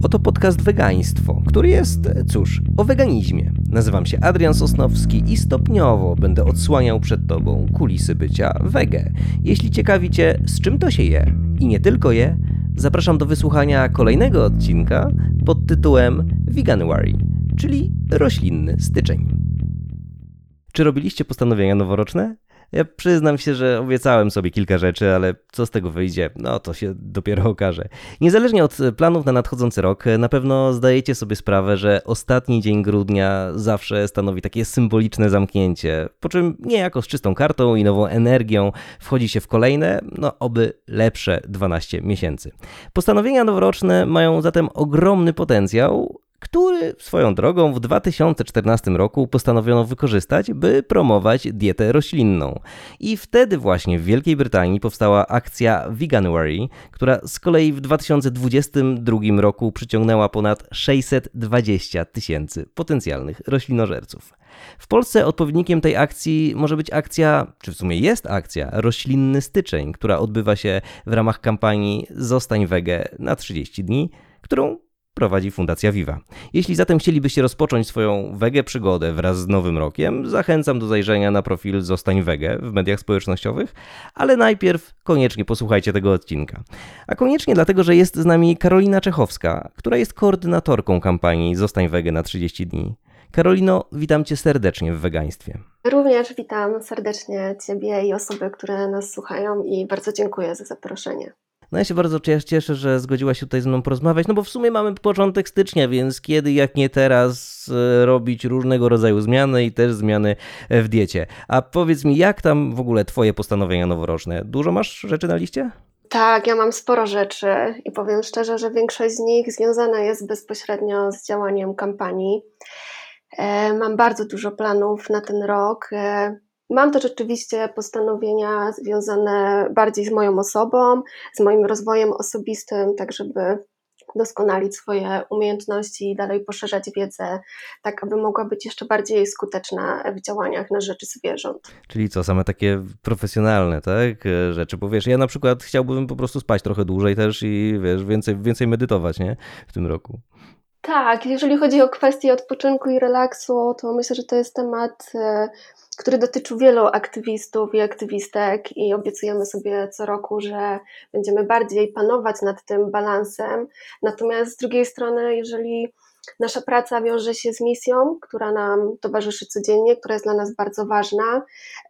Oto podcast Wegaństwo, który jest, o weganizmie. Nazywam się Adrian Sosnowski i stopniowo będę odsłaniał przed Tobą kulisy bycia wege. Jeśli ciekawi Cię, z czym to się je i nie tylko je, zapraszam do wysłuchania kolejnego odcinka pod tytułem Veganuary, czyli roślinny styczeń. Czy robiliście postanowienia noworoczne? Ja przyznam się, że obiecałem sobie kilka rzeczy, ale co z tego wyjdzie, no to się dopiero okaże. Niezależnie od planów na nadchodzący rok, na pewno zdajecie sobie sprawę, że ostatni dzień grudnia zawsze stanowi takie symboliczne zamknięcie, po czym niejako z czystą kartą i nową energią wchodzi się w kolejne, oby lepsze 12 miesięcy. Postanowienia noworoczne mają zatem ogromny potencjał, który swoją drogą w 2014 roku postanowiono wykorzystać, by promować dietę roślinną. I wtedy właśnie w Wielkiej Brytanii powstała akcja Veganuary, która z kolei w 2022 roku przyciągnęła ponad 620 000 potencjalnych roślinożerców. W Polsce odpowiednikiem tej akcji może być akcja, czy w sumie jest akcja, Roślinny Styczeń, która odbywa się w ramach kampanii Zostań wege na 30 dni, którą prowadzi Fundacja Viva. Jeśli zatem chcielibyście rozpocząć swoją wege przygodę wraz z Nowym Rokiem, zachęcam do zajrzenia na profil Zostań wege w mediach społecznościowych, ale najpierw koniecznie posłuchajcie tego odcinka. A koniecznie dlatego, że jest z nami Karolina Czechowska, która jest koordynatorką kampanii Zostań wege na 30 dni. Karolino, witam Cię serdecznie w wegaństwie. Również witam serdecznie Ciebie i osoby, które nas słuchają i bardzo dziękuję za zaproszenie. No ja się bardzo cieszę, że zgodziłaś się tutaj ze mną porozmawiać, bo w sumie mamy początek stycznia, więc kiedy jak nie teraz robić różnego rodzaju zmiany i też zmiany w diecie. A powiedz mi, jak tam w ogóle Twoje postanowienia noworoczne? Dużo masz rzeczy na liście? Tak, ja mam sporo rzeczy i powiem szczerze, że większość z nich związana jest bezpośrednio z działaniem kampanii. Mam bardzo dużo planów na ten rok. Mam też oczywiście postanowienia związane bardziej z moją osobą, z moim rozwojem osobistym, tak żeby doskonalić swoje umiejętności i dalej poszerzać wiedzę, tak aby mogła być jeszcze bardziej skuteczna w działaniach na rzecz zwierząt. Czyli co, same takie profesjonalne, tak, rzeczy, bo wiesz, ja na przykład chciałbym po prostu spać trochę dłużej też i wiesz, więcej medytować, nie, w tym roku. Tak, jeżeli chodzi o kwestie odpoczynku i relaksu, to myślę, że to jest temat, który dotyczy wielu aktywistów i aktywistek i obiecujemy sobie co roku, że będziemy bardziej panować nad tym balansem. Natomiast z drugiej strony, jeżeli nasza praca wiąże się z misją, która nam towarzyszy codziennie, która jest dla nas bardzo ważna,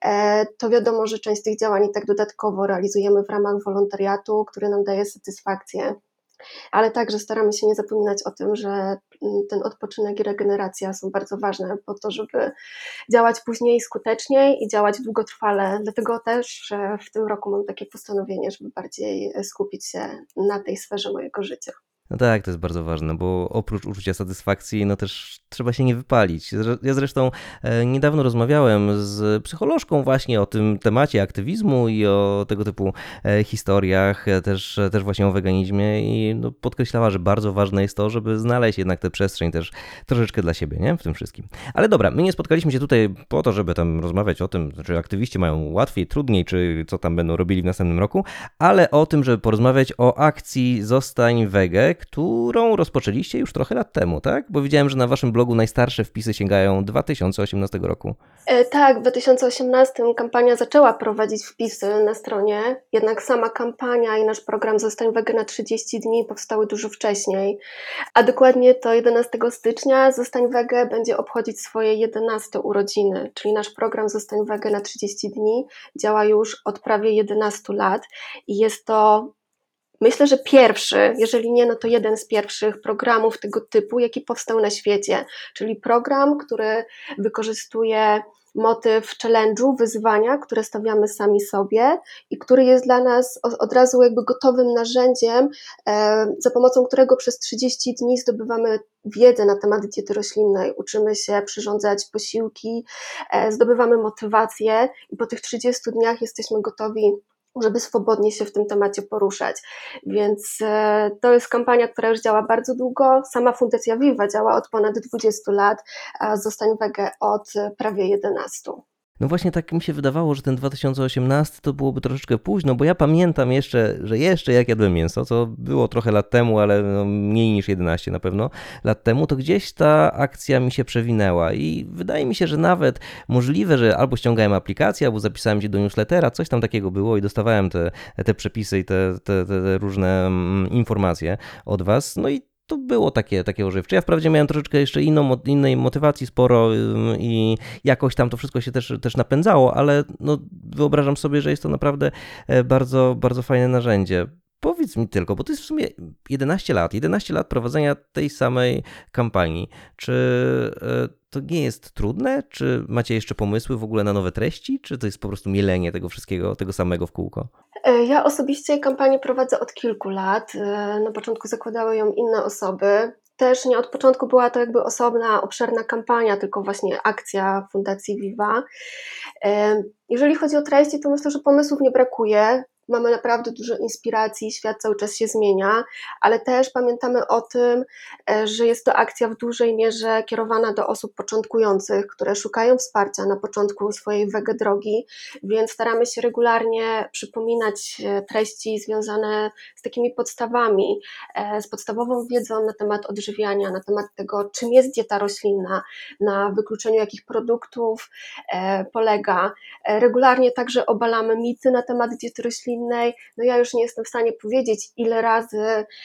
to wiadomo, że część z tych działań i tak dodatkowo realizujemy w ramach wolontariatu, który nam daje satysfakcję. Ale także staramy się nie zapominać o tym, że ten odpoczynek i regeneracja są bardzo ważne po to, żeby działać później skuteczniej i działać długotrwale. Dlatego też w tym roku mam takie postanowienie, żeby bardziej skupić się na tej sferze mojego życia. No tak, to jest bardzo ważne, bo oprócz uczucia satysfakcji, też trzeba się nie wypalić. Ja zresztą niedawno rozmawiałem z psycholożką właśnie o tym temacie aktywizmu i o tego typu historiach, też właśnie o weganizmie i podkreślała, że bardzo ważne jest to, żeby znaleźć jednak tę przestrzeń też troszeczkę dla siebie, nie? W tym wszystkim. Ale dobra, my nie spotkaliśmy się tutaj po to, żeby tam rozmawiać o tym, czy aktywiści mają łatwiej, trudniej, czy co tam będą robili w następnym roku, ale o tym, żeby porozmawiać o akcji Zostań wege, którą rozpoczęliście już trochę lat temu, tak? Bo widziałem, że na waszym blogu najstarsze wpisy sięgają 2018 roku. Tak, w 2018 kampania zaczęła prowadzić wpisy na stronie, jednak sama kampania i nasz program Zostań wege na 30 dni powstały dużo wcześniej, a dokładnie to 11 stycznia Zostań wege będzie obchodzić swoje 11 urodziny, czyli nasz program Zostań wege na 30 dni działa już od prawie 11 lat i jest to, myślę, że pierwszy, jeżeli nie, to jeden z pierwszych programów tego typu, jaki powstał na świecie, czyli program, który wykorzystuje motyw challenge'u, wyzwania, które stawiamy sami sobie i który jest dla nas od razu jakby gotowym narzędziem, za pomocą którego przez 30 dni zdobywamy wiedzę na temat diety roślinnej, uczymy się przyrządzać posiłki, zdobywamy motywację i po tych 30 dniach jesteśmy gotowi, żeby swobodnie się w tym temacie poruszać. Więc to jest kampania, która już działa bardzo długo. Sama Fundacja Viva działa od ponad 20 lat, a Zostań wege od prawie 11. No właśnie tak mi się wydawało, że ten 2018 to byłoby troszeczkę późno, bo ja pamiętam jeszcze, że jeszcze jak jadłem mięso, co było trochę lat temu, ale no mniej niż 11 na pewno lat temu, to gdzieś ta akcja mi się przewinęła i wydaje mi się, że nawet możliwe, że albo ściągałem aplikację, albo zapisałem się do newslettera, coś tam takiego było i dostawałem te przepisy i te różne informacje od was. No i to było takie używcze. Ja wprawdzie miałem troszeczkę jeszcze innej motywacji sporo i jakoś tam to wszystko się też napędzało, ale no, wyobrażam sobie, że jest to naprawdę bardzo, bardzo fajne narzędzie. Powiedz mi tylko, bo to jest w sumie 11 lat prowadzenia tej samej kampanii. Czy to nie jest trudne? Czy macie jeszcze pomysły w ogóle na nowe treści? Czy to jest po prostu mielenie tego wszystkiego, tego samego w kółko? Ja osobiście kampanię prowadzę od kilku lat. Na początku zakładały ją inne osoby. Też nie od początku była to jakby osobna, obszerna kampania, tylko właśnie akcja Fundacji Viva. Jeżeli chodzi o treści, to myślę, że pomysłów nie brakuje. Mamy naprawdę dużo inspiracji, świat cały czas się zmienia, ale też pamiętamy o tym, że jest to akcja w dużej mierze kierowana do osób początkujących, które szukają wsparcia na początku swojej wege drogi, więc staramy się regularnie przypominać treści związane z takimi podstawami, z podstawową wiedzą na temat odżywiania, na temat tego, czym jest dieta roślinna, na wykluczeniu jakich produktów polega. Regularnie także obalamy mity na temat diety roślinnej. No ja już nie jestem w stanie powiedzieć, ile razy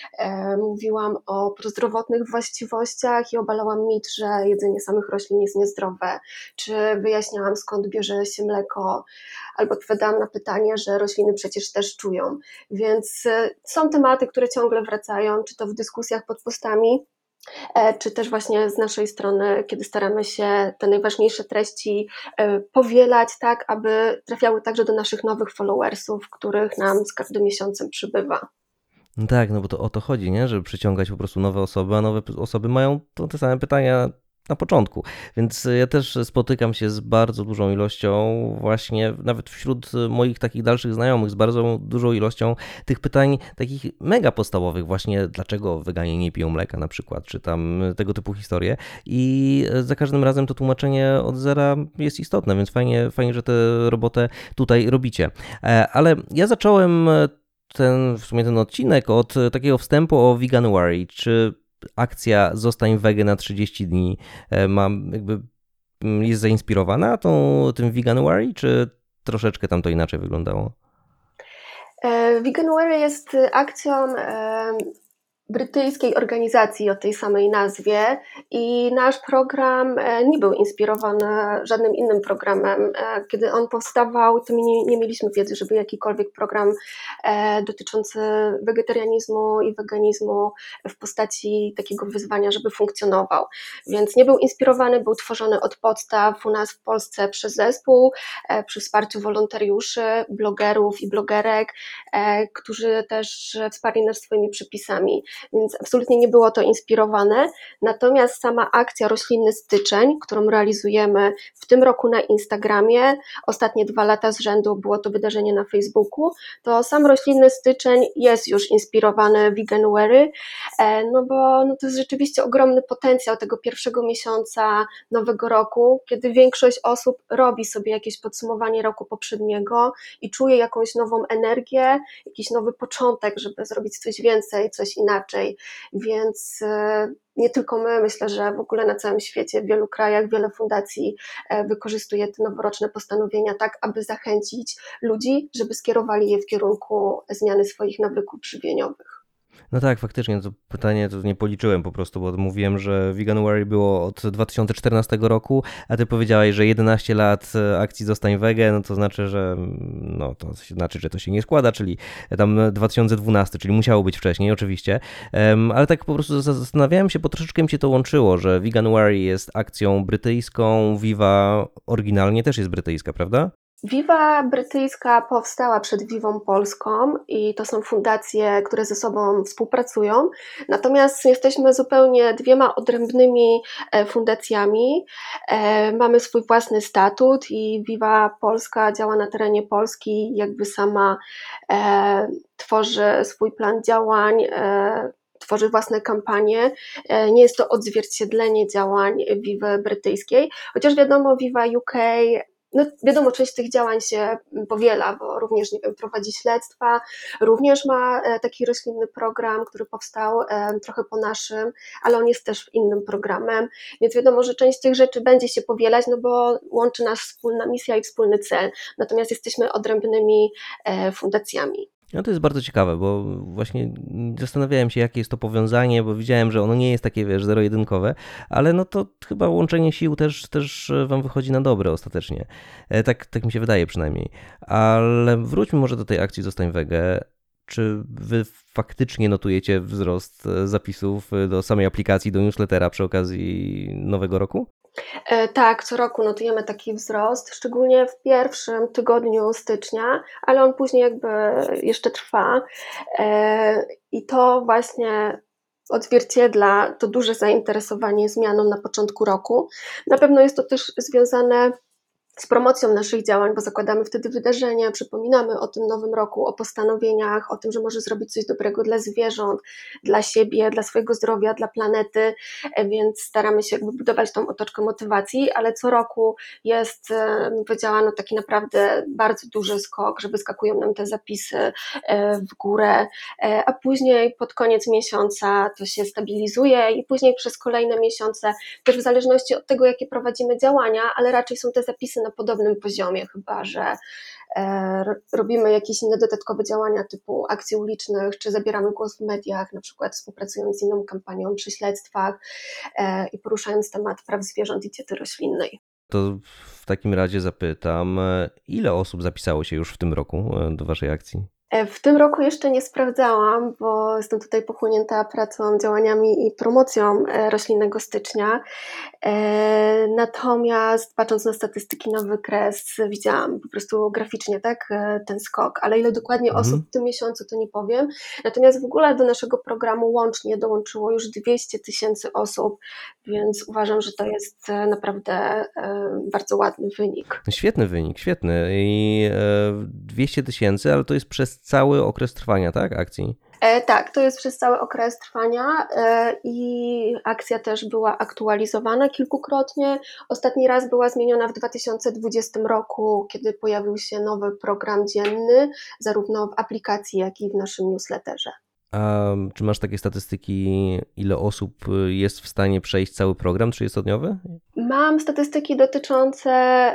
mówiłam o prozdrowotnych właściwościach i obalałam mit, że jedzenie samych roślin jest niezdrowe, czy wyjaśniałam, skąd bierze się mleko, albo odpowiadałam na pytanie, że rośliny przecież też czują. Więc są tematy, które ciągle wracają, czy to w dyskusjach pod postami, czy też właśnie z naszej strony, kiedy staramy się te najważniejsze treści powielać tak, aby trafiały także do naszych nowych followersów, których nam z każdym miesiącem przybywa. No tak, no bo to o to chodzi, nie? Żeby przyciągać po prostu nowe osoby, a nowe osoby mają te same pytania na początku. Więc ja też spotykam się z bardzo dużą ilością, właśnie nawet wśród moich takich dalszych znajomych, z bardzo dużą ilością tych pytań takich mega podstawowych, właśnie dlaczego weganie nie piją mleka na przykład, czy tam tego typu historie. I za każdym razem to tłumaczenie od zera jest istotne, więc fajnie, że tę robotę tutaj robicie. Ale ja zacząłem w sumie ten odcinek od takiego wstępu o Veganuary. Czy akcja Zostań wege na 30 dni jest zainspirowana tym Veganuary, czy troszeczkę tam to inaczej wyglądało? Veganuary jest akcją brytyjskiej organizacji o tej samej nazwie i nasz program nie był inspirowany żadnym innym programem. Kiedy on powstawał, to my nie mieliśmy wiedzy, żeby jakikolwiek program dotyczący wegetarianizmu i weganizmu w postaci takiego wyzwania, żeby funkcjonował. Więc nie był inspirowany, był tworzony od podstaw u nas w Polsce przez zespół, przy wsparciu wolontariuszy, blogerów i blogerek, którzy też wsparli nas swoimi przepisami. Więc absolutnie nie było to inspirowane. Natomiast sama akcja Roślinny Styczeń, którą realizujemy w tym roku na Instagramie, ostatnie 2 lata z rzędu było to wydarzenie na Facebooku, to sam Roślinny Styczeń jest już inspirowany Veganuary, no bo to jest rzeczywiście ogromny potencjał tego pierwszego miesiąca nowego roku, kiedy większość osób robi sobie jakieś podsumowanie roku poprzedniego i czuje jakąś nową energię, jakiś nowy początek, żeby zrobić coś więcej, coś inaczej, więc nie tylko my, myślę, że w ogóle na całym świecie, w wielu krajach, wiele fundacji wykorzystuje te noworoczne postanowienia tak, aby zachęcić ludzi, żeby skierowali je w kierunku zmiany swoich nawyków żywieniowych. No tak, faktycznie, to pytanie to nie policzyłem po prostu, bo mówiłem, że Veganuary było od 2014 roku, a ty powiedziałeś, że 11 lat akcji Zostań wege, no to znaczy, że to się nie składa, czyli tam 2012, czyli musiało być wcześniej oczywiście, ale tak po prostu zastanawiałem się, bo troszeczkę mi się to łączyło, że Veganuary jest akcją brytyjską, Viva oryginalnie też jest brytyjska, prawda? Viva brytyjska powstała przed Vivą polską i to są fundacje, które ze sobą współpracują, natomiast jesteśmy zupełnie dwiema odrębnymi fundacjami. Mamy swój własny statut i Viva Polska działa na terenie Polski, jakby sama tworzy swój plan działań, tworzy własne kampanie. Nie jest to odzwierciedlenie działań Vivy brytyjskiej, chociaż wiadomo, Viva UK No wiadomo, część tych działań się powiela, bo również, nie wiem, prowadzi śledztwa, również ma taki roślinny program, który powstał trochę po naszym, ale on jest też innym programem, więc wiadomo, że część tych rzeczy będzie się powielać, no bo łączy nas wspólna misja i wspólny cel, natomiast jesteśmy odrębnymi fundacjami. No to jest bardzo ciekawe, bo właśnie zastanawiałem się, jakie jest to powiązanie, bo widziałem, że ono nie jest takie, wiesz, zero-jedynkowe, ale no to chyba łączenie sił też wam wychodzi na dobre ostatecznie. Tak mi się wydaje przynajmniej. Ale wróćmy może do tej akcji Zostań Wege. Czy wy faktycznie notujecie wzrost zapisów do samej aplikacji, do newslettera przy okazji nowego roku? Tak, co roku notujemy taki wzrost, szczególnie w pierwszym tygodniu stycznia, ale on później jakby jeszcze trwa. I to właśnie odzwierciedla to duże zainteresowanie zmianą na początku roku. Na pewno jest to też związane z promocją naszych działań, bo zakładamy wtedy wydarzenia, przypominamy o tym nowym roku, o postanowieniach, o tym, że może zrobić coś dobrego dla zwierząt, dla siebie, dla swojego zdrowia, dla planety, więc staramy się jakby budować tą otoczkę motywacji, ale co roku jest, powiedziała, no taki naprawdę bardzo duży skok, że wyskakują nam te zapisy w górę, a później pod koniec miesiąca to się stabilizuje i później przez kolejne miesiące, też w zależności od tego, jakie prowadzimy działania, ale raczej są te zapisy na podobnym poziomie, chyba że robimy jakieś inne dodatkowe działania typu akcji ulicznych, czy zabieramy głos w mediach, na przykład współpracując z inną kampanią przy śledztwach i poruszając temat praw zwierząt i diety roślinnej. To w takim razie zapytam, ile osób zapisało się już w tym roku do waszej akcji? W tym roku jeszcze nie sprawdzałam, bo jestem tutaj pochłonięta pracą, działaniami i promocją roślinnego stycznia. Natomiast patrząc na statystyki na wykres, widziałam po prostu graficznie, tak, ten skok, ale ile dokładnie osób Mhm. w tym miesiącu, to nie powiem. Natomiast w ogóle do naszego programu łącznie dołączyło już 200 000 osób, więc uważam, że to jest naprawdę bardzo ładny wynik. Świetny wynik, świetny. I 200 000, ale to jest przez cały okres trwania, tak, akcji? Tak, to jest przez cały okres trwania i akcja też była aktualizowana kilkukrotnie. Ostatni raz była zmieniona w 2020 roku, kiedy pojawił się nowy program dzienny, zarówno w aplikacji, jak i w naszym newsletterze. A czy masz takie statystyki, ile osób jest w stanie przejść cały program 30-dniowy? Mam statystyki dotyczące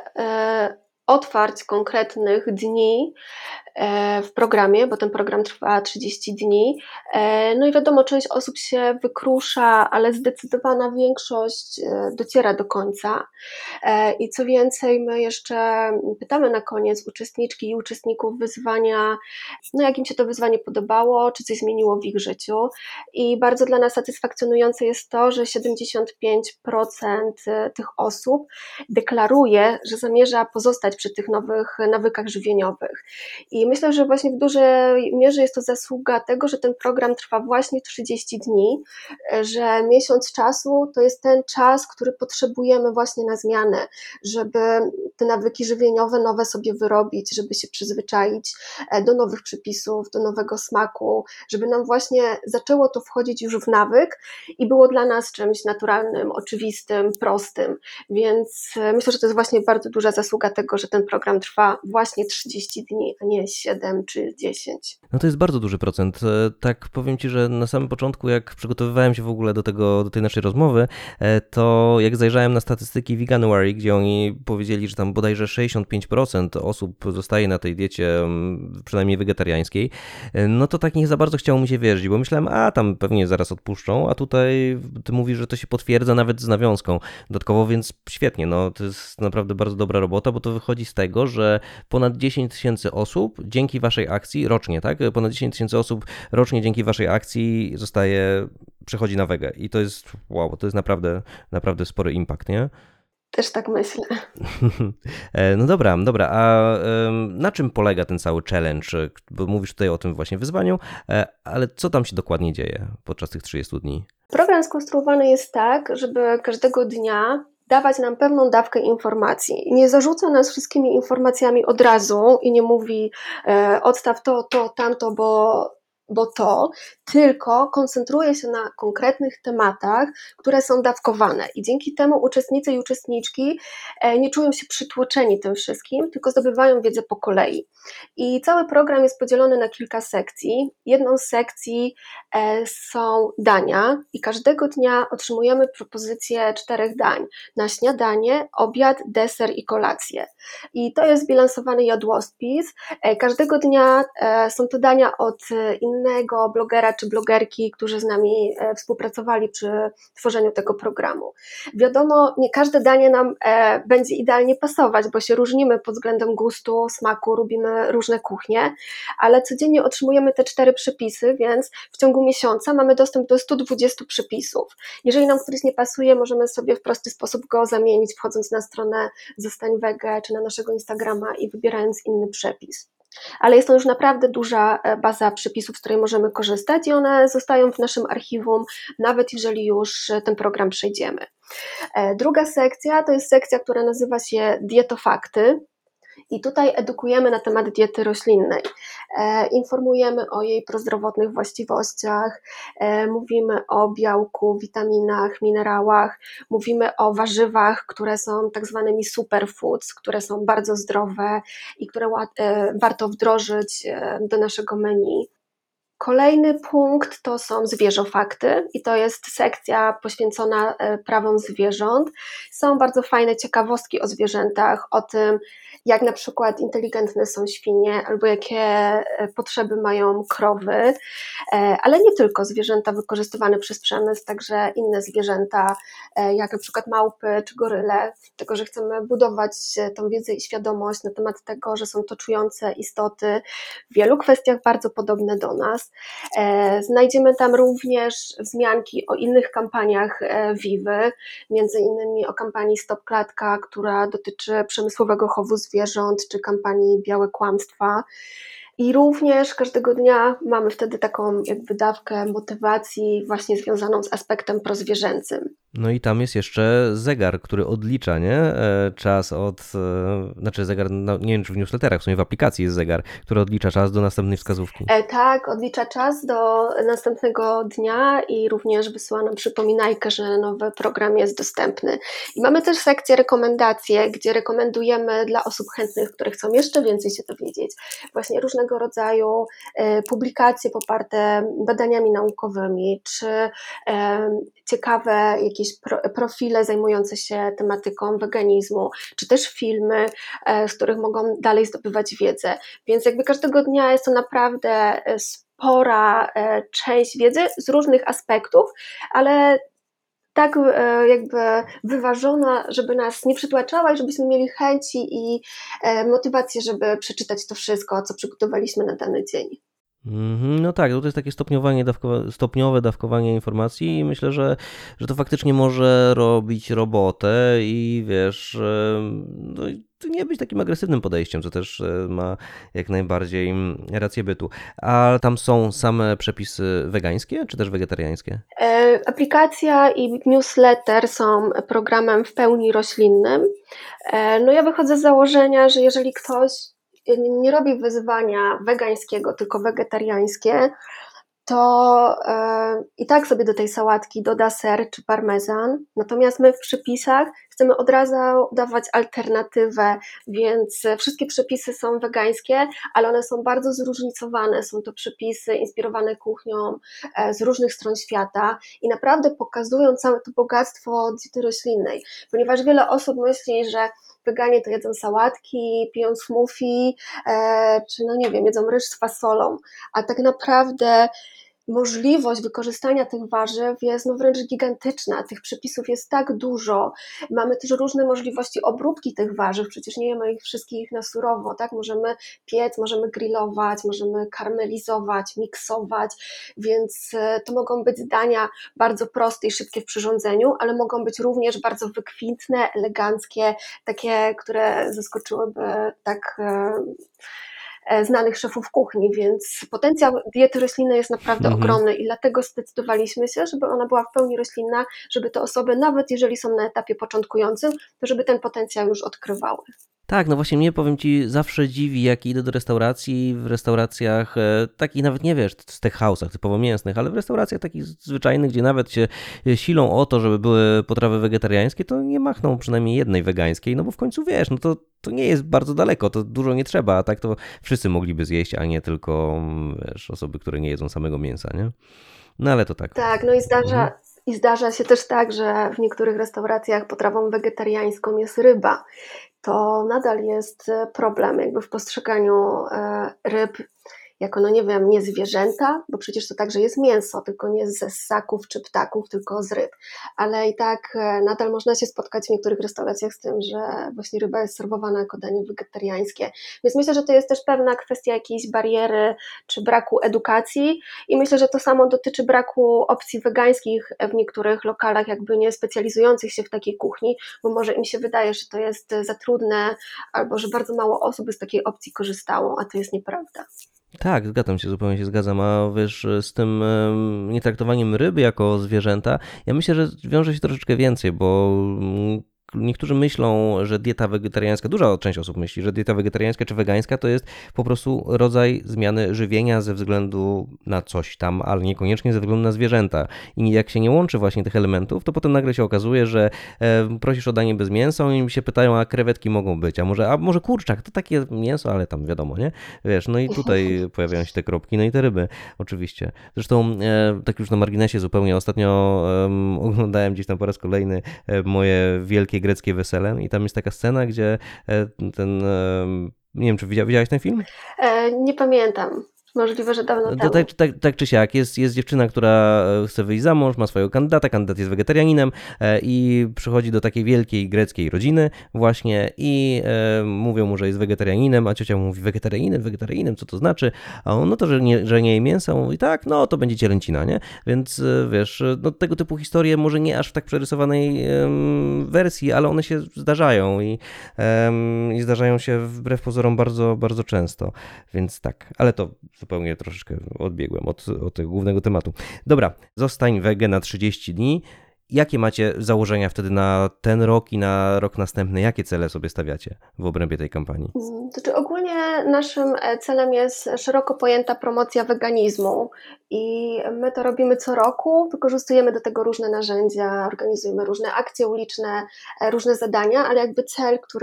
otwarć konkretnych dni w programie, bo ten program trwa 30 dni. No i wiadomo, część osób się wykrusza, ale zdecydowana większość dociera do końca. I co więcej, my jeszcze pytamy na koniec uczestniczki i uczestników wyzwania, no jak im się to wyzwanie podobało, czy coś zmieniło w ich życiu. I bardzo dla nas satysfakcjonujące jest to, że 75% tych osób deklaruje, że zamierza pozostać przy tych nowych nawykach żywieniowych. I myślę, że właśnie w dużej mierze jest to zasługa tego, że ten program trwa właśnie 30 dni, że miesiąc czasu to jest ten czas, który potrzebujemy właśnie na zmianę, żeby te nawyki żywieniowe nowe sobie wyrobić, żeby się przyzwyczaić do nowych przepisów, do nowego smaku, żeby nam właśnie zaczęło to wchodzić już w nawyk i było dla nas czymś naturalnym, oczywistym, prostym. Więc myślę, że to jest właśnie bardzo duża zasługa tego, że ten program trwa właśnie 30 dni, a nie 7 czy 10. No to jest bardzo duży procent. Tak powiem ci, że na samym początku, jak przygotowywałem się w ogóle do tej naszej rozmowy, to jak zajrzałem na statystyki Veganuary, gdzie oni powiedzieli, że tam bodajże 65% osób zostaje na tej diecie, przynajmniej wegetariańskiej, no to tak nie za bardzo chciało mi się wierzyć, bo myślałem, a tam pewnie zaraz odpuszczą, a tutaj ty mówisz, że to się potwierdza nawet z nawiązką dodatkowo, więc świetnie, no to jest naprawdę bardzo dobra robota, bo to wychodzi z tego, że ponad 10 000 osób dzięki waszej akcji rocznie, tak? Ponad 10 000 osób rocznie dzięki waszej akcji przechodzi na wege i to jest, wow, to jest naprawdę spory impact, nie? Też tak myślę. No dobra, a na czym polega ten cały challenge? Bo mówisz tutaj o tym właśnie wyzwaniu, ale co tam się dokładnie dzieje podczas tych 30 dni? Program skonstruowany jest tak, żeby każdego dnia dawać nam pewną dawkę informacji. Nie zarzuca nas wszystkimi informacjami od razu i nie mówi odstaw to, tamto, bo bo to tylko koncentruje się na konkretnych tematach, które są dawkowane i dzięki temu uczestnicy i uczestniczki nie czują się przytłoczeni tym wszystkim, tylko zdobywają wiedzę po kolei. I cały program jest podzielony na kilka sekcji. Jedną z sekcji są dania i każdego dnia otrzymujemy propozycję 4 dań na śniadanie, obiad, deser i kolację. I to jest zbilansowany jadłospis. Każdego dnia są to dania od innego blogera czy blogerki, którzy z nami współpracowali przy tworzeniu tego programu. Wiadomo, nie każde danie nam będzie idealnie pasować, bo się różnimy pod względem gustu, smaku, lubimy różne kuchnie, ale codziennie otrzymujemy te 4 przepisy, więc w ciągu miesiąca mamy dostęp do 120 przepisów. Jeżeli nam któryś nie pasuje, możemy sobie w prosty sposób go zamienić, wchodząc na stronę Zostań Wege czy na naszego Instagrama i wybierając inny przepis. Ale jest to już naprawdę duża baza przepisów, z której możemy korzystać i one zostają w naszym archiwum, nawet jeżeli już ten program przejdziemy. Druga sekcja to jest sekcja, która nazywa się Dietofakty. I tutaj edukujemy na temat diety roślinnej, informujemy o jej prozdrowotnych właściwościach, mówimy o białku, witaminach, minerałach, mówimy o warzywach, które są tak zwanymi superfoods, które są bardzo zdrowe i które warto wdrożyć do naszego menu. Kolejny punkt to są zwierzofakty i to jest sekcja poświęcona prawom zwierząt. Są bardzo fajne ciekawostki o zwierzętach, o tym, jak na przykład inteligentne są świnie albo jakie potrzeby mają krowy, ale nie tylko zwierzęta wykorzystywane przez przemysł, także inne zwierzęta, jak na przykład małpy czy goryle, dlatego że chcemy budować tą wiedzę i świadomość na temat tego, że są to czujące istoty w wielu kwestiach bardzo podobne do nas. Znajdziemy tam również wzmianki o innych kampaniach Vivy, między innymi o kampanii Stop Klatka, która dotyczy przemysłowego chowu zwierząt, czy kampanii Białe Kłamstwa. I również każdego dnia mamy wtedy taką jakby dawkę motywacji właśnie związaną z aspektem prozwierzęcym. No i tam jest jeszcze zegar, który odlicza, nie? Czas od, znaczy zegar, no nie wiem czy w newsletterach, w sumie w aplikacji jest zegar, który odlicza czas do następnej wskazówki. Tak, odlicza czas do następnego dnia i również wysyła nam przypominajkę, że nowy program jest dostępny. I mamy też sekcję rekomendacje, gdzie rekomendujemy dla osób chętnych, które chcą jeszcze więcej się dowiedzieć, właśnie różnego rodzaju publikacje poparte badaniami naukowymi, czy ciekawe jakieś profile zajmujące się tematyką weganizmu, czy też filmy, z których mogą dalej zdobywać wiedzę. Więc jakby każdego dnia jest to naprawdę spora część wiedzy z różnych aspektów, ale tak jakby wyważona, żeby nas nie przytłaczała i żebyśmy mieli chęci i motywację, żeby przeczytać to wszystko, co przygotowaliśmy na dany dzień. No tak, to jest takie stopniowe dawkowanie informacji i myślę, że to faktycznie może robić robotę i wiesz, no, nie być takim agresywnym podejściem, co też ma jak najbardziej rację bytu. A tam są same przepisy wegańskie czy też wegetariańskie? Aplikacja i newsletter są programem w pełni roślinnym. No ja wychodzę z założenia, że jeżeli ktoś nie robi wyzwania wegańskiego, tylko wegetariańskie, to i tak sobie do tej sałatki doda ser czy parmezan, natomiast my w przepisach chcemy od razu dawać alternatywę, więc wszystkie przepisy są wegańskie, ale one są bardzo zróżnicowane, są to przepisy inspirowane kuchnią z różnych stron świata i naprawdę pokazują całe to bogactwo diety roślinnej, ponieważ wiele osób myśli, że weganie to jedzą sałatki, piją smoothie, czy no nie wiem, jedzą ryż z fasolą, a tak naprawdę możliwość wykorzystania tych warzyw jest no wręcz gigantyczna, tych przepisów jest tak dużo, mamy też różne możliwości obróbki tych warzyw, przecież nie jemy ich wszystkich na surowo, tak? Możemy piec, możemy grillować, możemy karmelizować, miksować, więc to mogą być dania bardzo proste i szybkie w przyrządzeniu, ale mogą być również bardzo wykwintne, eleganckie, takie, które zaskoczyłyby tak znanych szefów kuchni, więc potencjał diety roślinnej jest naprawdę ogromny i dlatego zdecydowaliśmy się, żeby ona była w pełni roślinna, żeby te osoby, nawet jeżeli są na etapie początkującym, to żeby ten potencjał już odkrywały. Tak, no właśnie mnie, powiem ci, zawsze dziwi, jak idę do restauracji, w restauracjach takich nawet, nie wiesz, steakhouse'ach typowo mięsnych, ale w restauracjach takich zwyczajnych, gdzie nawet się silą o to, żeby były potrawy wegetariańskie, to nie machną przynajmniej jednej wegańskiej, no bo w końcu wiesz, no to nie jest bardzo daleko, to dużo nie trzeba, a tak to wszyscy mogliby zjeść, a nie tylko, wiesz, osoby, które nie jedzą samego mięsa, nie? No ale to tak. Tak, no Mhm. i zdarza się też tak, że w niektórych restauracjach potrawą wegetariańską jest ryba. To nadal jest problem jakby w postrzeganiu ryb jako, no nie wiem, nie zwierzęta, bo przecież to także jest mięso, tylko nie ze ssaków czy ptaków, tylko z ryb. Ale i tak nadal można się spotkać w niektórych restauracjach z tym, że właśnie ryba jest serwowana jako danie wegetariańskie. Więc myślę, że to jest też pewna kwestia jakiejś bariery czy braku edukacji i myślę, że to samo dotyczy braku opcji wegańskich w niektórych lokalach jakby nie specjalizujących się w takiej kuchni, bo może im się wydaje, że to jest za trudne albo że bardzo mało osób z takiej opcji korzystało, a to jest nieprawda. Tak, zgadzam się, zupełnie się zgadzam, a wiesz, z tym nietraktowaniem ryby jako zwierzęta, ja myślę, że wiąże się troszeczkę więcej, bo niektórzy myślą, że dieta wegetariańska, duża część osób myśli, że dieta wegetariańska czy wegańska to jest po prostu rodzaj zmiany żywienia ze względu na coś tam, ale niekoniecznie ze względu na zwierzęta. I jak się nie łączy właśnie tych elementów, to potem nagle się okazuje, że prosisz o danie bez mięsa, oni się pytają, a krewetki mogą być, a może kurczak, to takie mięso, ale tam wiadomo, nie? Wiesz, no i tutaj pojawiają się te kropki, no i te ryby, oczywiście. Zresztą, tak już na marginesie zupełnie, ostatnio oglądałem gdzieś tam po raz kolejny moje wielkie greckie wesele i tam jest taka scena, gdzie ten, nie wiem, czy widziałeś ten film? Nie pamiętam. Możliwe, że dawno To temu. tak czy siak, jest dziewczyna, która chce wyjść za mąż, ma swojego kandydata, kandydat jest wegetarianinem i przychodzi do takiej wielkiej greckiej rodziny właśnie i mówią mu, że jest wegetarianinem, a ciocia mu mówi, wegetarianinem, co to znaczy? A on, no to, że nie je mięsa, on mówi, tak, no to będzie cielęcina, nie? Więc wiesz, no tego typu historie może nie aż w tak przerysowanej wersji, ale one się zdarzają i zdarzają się wbrew pozorom bardzo, bardzo często, więc tak, ale to zupełnie troszeczkę odbiegłem od tego głównego tematu. Dobra, zostań wege na 30 dni. Jakie macie założenia wtedy na ten rok i na rok następny? Jakie cele sobie stawiacie w obrębie tej kampanii? Znaczy ogólnie naszym celem jest szeroko pojęta promocja weganizmu i my to robimy co roku, wykorzystujemy do tego różne narzędzia, organizujemy różne akcje uliczne, różne zadania, ale jakby cel, który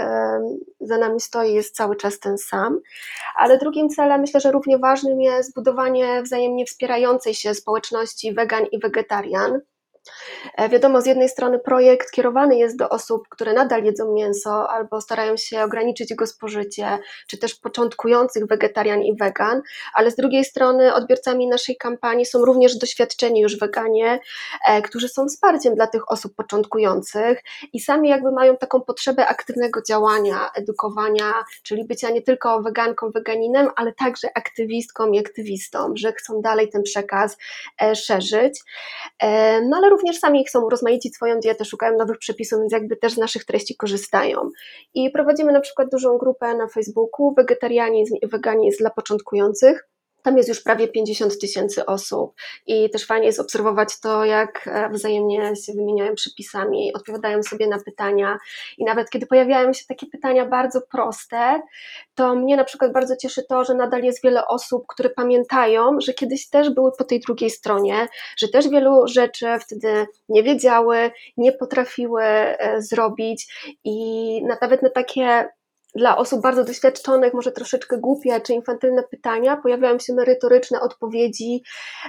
za nami stoi, jest cały czas ten sam. Ale drugim celem, myślę, że równie ważnym jest budowanie wzajemnie wspierającej się społeczności wegan i wegetarian. Wiadomo, z jednej strony projekt kierowany jest do osób, które nadal jedzą mięso albo starają się ograniczyć jego spożycie, czy też początkujących wegetarian i wegan, ale z drugiej strony odbiorcami naszej kampanii są również doświadczeni już weganie, którzy są wsparciem dla tych osób początkujących i sami jakby mają taką potrzebę aktywnego działania, edukowania, czyli bycia nie tylko weganką, weganinem, ale także aktywistką i aktywistą, że chcą dalej ten przekaz szerzyć. No ale również sami chcą urozmaicić swoją dietę, szukają nowych przepisów, więc jakby też z naszych treści korzystają. I prowadzimy na przykład dużą grupę na Facebooku Wegetarianizm i Weganizm dla początkujących. Tam jest już prawie 50 000 osób i też fajnie jest obserwować to, jak wzajemnie się wymieniają przepisami, odpowiadają sobie na pytania i nawet kiedy pojawiają się takie pytania bardzo proste, to mnie na przykład bardzo cieszy to, że nadal jest wiele osób, które pamiętają, że kiedyś też były po tej drugiej stronie, że też wielu rzeczy wtedy nie wiedziały, nie potrafiły zrobić i nawet na takie dla osób bardzo doświadczonych, może troszeczkę głupie czy infantylne pytania, pojawiają się merytoryczne odpowiedzi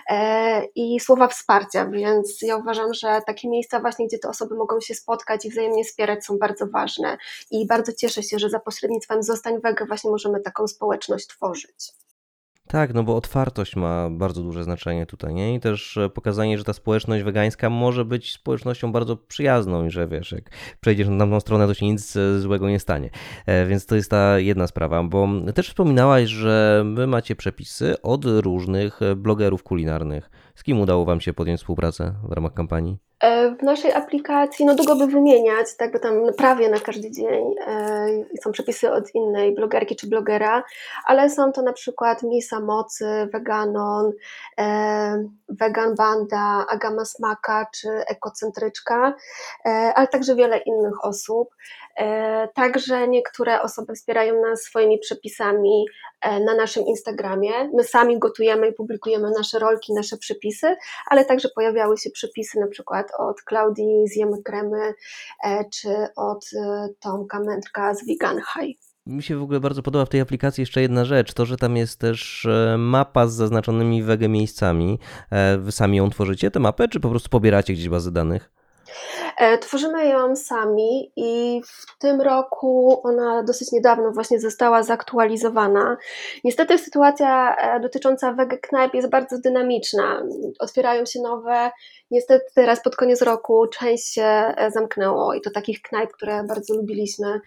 i słowa wsparcia, więc ja uważam, że takie miejsca właśnie, gdzie te osoby mogą się spotkać i wzajemnie wspierać, są bardzo ważne i bardzo cieszę się, że za pośrednictwem Zostań Wege właśnie możemy taką społeczność tworzyć. Tak, no bo otwartość ma bardzo duże znaczenie tutaj, nie? I też pokazanie, że ta społeczność wegańska może być społecznością bardzo przyjazną i że wiesz, jak przejdziesz na tamtą stronę, to się nic złego nie stanie. Więc to jest ta jedna sprawa, bo też wspominałaś, że wy macie przepisy od różnych blogerów kulinarnych. Z kim udało wam się podjąć współpracę w ramach kampanii? W naszej aplikacji, no długo by wymieniać, tak, bo tam prawie na każdy dzień są przepisy od innej blogerki czy blogera, ale są to na przykład Misa Mocy, Veganon, Vegan Banda, Agama Smaka czy Ekocentryczka, ale także wiele innych osób. Także niektóre osoby wspierają nas swoimi przepisami na naszym Instagramie. My sami gotujemy i publikujemy nasze rolki, nasze przepisy, ale także pojawiały się przepisy na przykład od Klaudii z Jemy Kremy czy od Tomka Mędrka z Vegan High. Mi się w ogóle bardzo podoba w tej aplikacji jeszcze jedna rzecz, to, że tam jest też mapa z zaznaczonymi wege miejscami. Wy sami ją tworzycie, tę mapę, czy po prostu pobieracie gdzieś bazy danych? Tworzymy ją sami i w tym roku ona dosyć niedawno właśnie została zaktualizowana. Niestety sytuacja dotycząca wege knajp jest bardzo dynamiczna. Otwierają się nowe. Niestety teraz pod koniec roku część się zamknęło i to takich knajp, które bardzo lubiliśmy.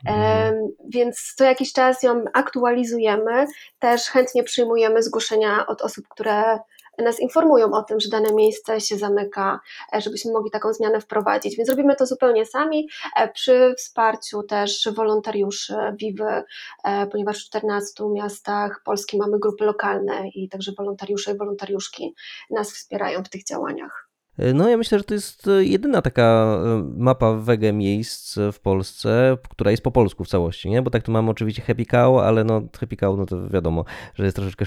Więc co jakiś czas ją aktualizujemy. Też chętnie przyjmujemy zgłoszenia od osób, które nas informują o tym, że dane miejsce się zamyka, żebyśmy mogli taką zmianę wprowadzić. Więc robimy to zupełnie sami, przy wsparciu też wolontariuszy Vivy, ponieważ w 14 miastach Polski mamy grupy lokalne i także wolontariusze i wolontariuszki nas wspierają w tych działaniach. No ja myślę, że to jest jedyna taka mapa wege miejsc w Polsce, która jest po polsku w całości, nie? Bo tak tu mamy oczywiście Happy Cow, ale no Happy Cow, no to wiadomo, że jest troszeczkę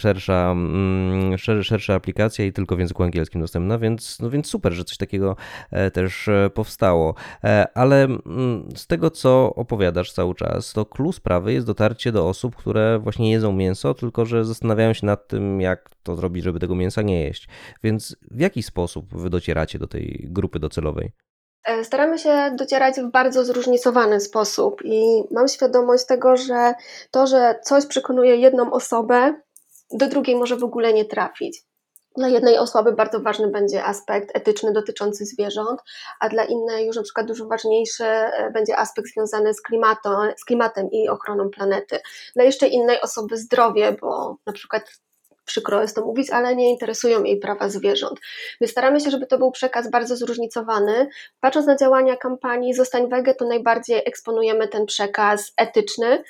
szersza aplikacja i tylko w języku angielskim dostępna, więc super, że coś takiego też powstało. Ale z tego, co opowiadasz cały czas, to clue sprawy jest dotarcie do osób, które właśnie jedzą mięso, tylko że zastanawiają się nad tym, jak to zrobić, żeby tego mięsa nie jeść. Więc w jaki sposób wy docieracie do tej grupy docelowej? Staramy się docierać w bardzo zróżnicowany sposób i mam świadomość tego, że to, że coś przekonuje jedną osobę, do drugiej może w ogóle nie trafić. Dla jednej osoby bardzo ważny będzie aspekt etyczny dotyczący zwierząt, a dla innej już na przykład dużo ważniejszy będzie aspekt związany z klimatem i ochroną planety. Dla jeszcze innej osoby zdrowie, bo na przykład przykro jest to mówić, ale nie interesują jej prawa zwierząt. Więc staramy się, żeby to był przekaz bardzo zróżnicowany. Patrząc na działania kampanii Zostań Wege, to najbardziej eksponujemy ten przekaz etyczny,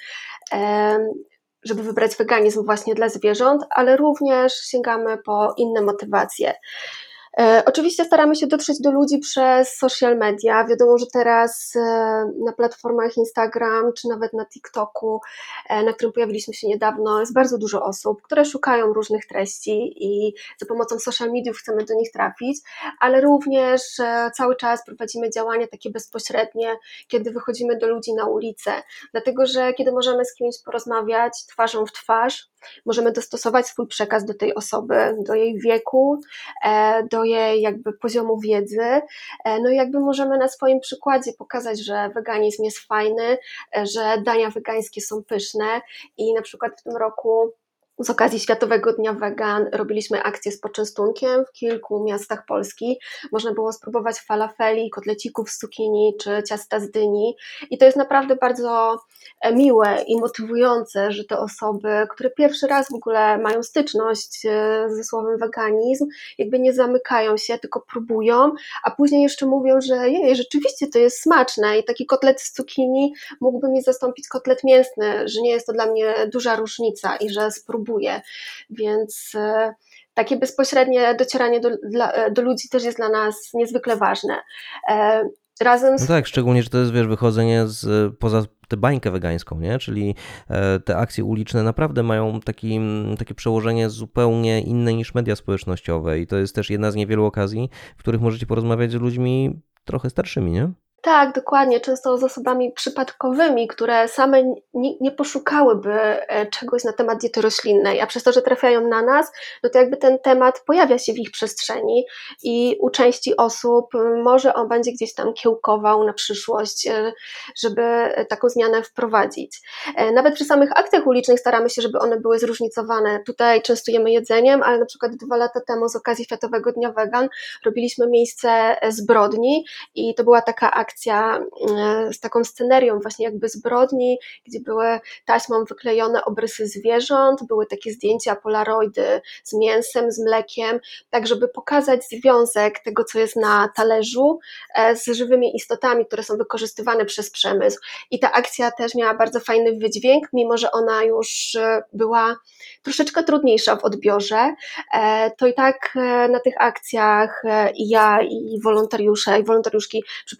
żeby wybrać weganizm właśnie dla zwierząt, ale również sięgamy po inne motywacje. Oczywiście staramy się dotrzeć do ludzi przez social media. Wiadomo, że teraz na platformach Instagram czy nawet na TikToku, na którym pojawiliśmy się niedawno, jest bardzo dużo osób, które szukają różnych treści i za pomocą social mediów chcemy do nich trafić, ale również cały czas prowadzimy działania takie bezpośrednie, kiedy wychodzimy do ludzi na ulicę, dlatego że kiedy możemy z kimś porozmawiać twarzą w twarz, możemy dostosować swój przekaz do tej osoby, do jej wieku, do jej jakby poziomu wiedzy, no i jakby możemy na swoim przykładzie pokazać, że weganizm jest fajny, że dania wegańskie są pyszne i na przykład w tym roku z okazji Światowego Dnia Wegan robiliśmy akcję z poczęstunkiem w kilku miastach Polski. Można było spróbować falafeli, kotlecików z cukinii czy ciasta z dyni i to jest naprawdę bardzo miłe i motywujące, że te osoby, które pierwszy raz w ogóle mają styczność ze słowem weganizm, jakby nie zamykają się, tylko próbują, a później jeszcze mówią, że jej, rzeczywiście to jest smaczne i taki kotlet z cukinii mógłby mi zastąpić kotlet mięsny, że nie jest to dla mnie duża różnica i że spróbuję. Więc takie bezpośrednie docieranie do ludzi też jest dla nas niezwykle ważne. Razem No z tak, szczególnie, że to jest, wiesz, wychodzenie poza tę bańkę wegańską, nie? Czyli te akcje uliczne naprawdę mają takie przełożenie zupełnie inne niż media społecznościowe i to jest też jedna z niewielu okazji, w których możecie porozmawiać z ludźmi trochę starszymi, nie? Tak, dokładnie. Często z osobami przypadkowymi, które same nie poszukałyby czegoś na temat diety roślinnej, a przez to, że trafiają na nas, no to jakby ten temat pojawia się w ich przestrzeni i u części osób może on będzie gdzieś tam kiełkował na przyszłość, żeby taką zmianę wprowadzić. Nawet przy samych akcjach ulicznych staramy się, żeby one były zróżnicowane. Tutaj częstujemy jedzeniem, ale na przykład 2 lata temu z okazji Światowego Dnia Wegan robiliśmy miejsce zbrodni i to była taka akcja z taką scenerią właśnie jakby zbrodni, gdzie były taśmą wyklejone obrysy zwierząt, były takie zdjęcia polaroidy z mięsem, z mlekiem, tak żeby pokazać związek tego, co jest na talerzu z żywymi istotami, które są wykorzystywane przez przemysł. I ta akcja też miała bardzo fajny wydźwięk, mimo że ona już była troszeczkę trudniejsza w odbiorze, to i tak na tych akcjach i ja, i wolontariusze, i wolontariuszki przeprowadziliśmy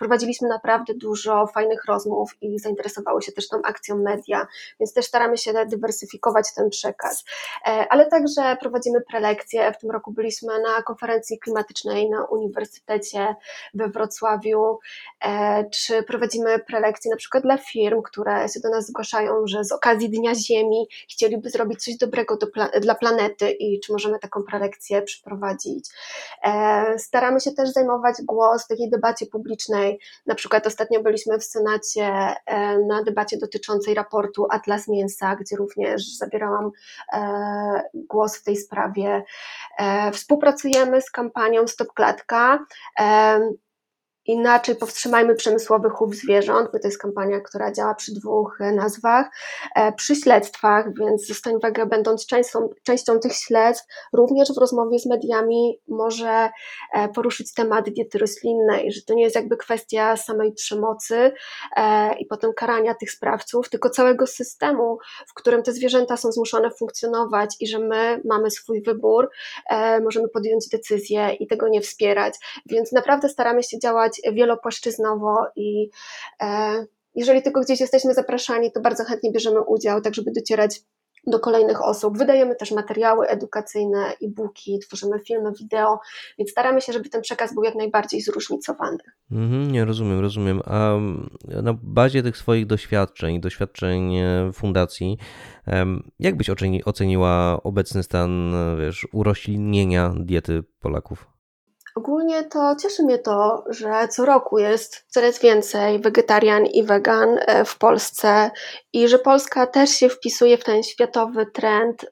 mieliśmy naprawdę dużo fajnych rozmów i zainteresowały się też tą akcją media, więc też staramy się dywersyfikować ten przekaz. Ale także prowadzimy prelekcje. W tym roku byliśmy na konferencji klimatycznej na Uniwersytecie we Wrocławiu, czy prowadzimy prelekcje na przykład dla firm, które się do nas zgłaszają, że z okazji Dnia Ziemi chcieliby zrobić coś dobrego dla planety i czy możemy taką prelekcję przeprowadzić. Staramy się też zajmować głos w takiej debacie publicznej. Na przykład ostatnio byliśmy w Senacie na debacie dotyczącej raportu Atlas Mięsa, gdzie również zabierałam głos w tej sprawie. Współpracujemy z kampanią Stop Klatka. Inaczej powstrzymajmy przemysłowy chów zwierząt, bo to jest kampania, która działa przy 2 nazwach, przy śledztwach, więc Zostań Wege, będąc częścią tych śledztw, również w rozmowie z mediami może poruszyć temat diety roślinnej, że to nie jest jakby kwestia samej przemocy i potem karania tych sprawców, tylko całego systemu, w którym te zwierzęta są zmuszone funkcjonować i że my mamy swój wybór, możemy podjąć decyzję i tego nie wspierać, więc naprawdę staramy się działać wielopłaszczyznowo i jeżeli tylko gdzieś jesteśmy zapraszani, to bardzo chętnie bierzemy udział, tak żeby docierać do kolejnych osób. Wydajemy też materiały edukacyjne, e-booki, tworzymy filmy, wideo, więc staramy się, żeby ten przekaz był jak najbardziej zróżnicowany. Nie, rozumiem. A na bazie tych swoich doświadczeń fundacji, jak byś oceniła obecny stan, uroślinienia diety Polaków? Ogólnie to cieszy mnie to, że co roku jest coraz więcej wegetarian i wegan w Polsce i że Polska też się wpisuje w ten światowy trend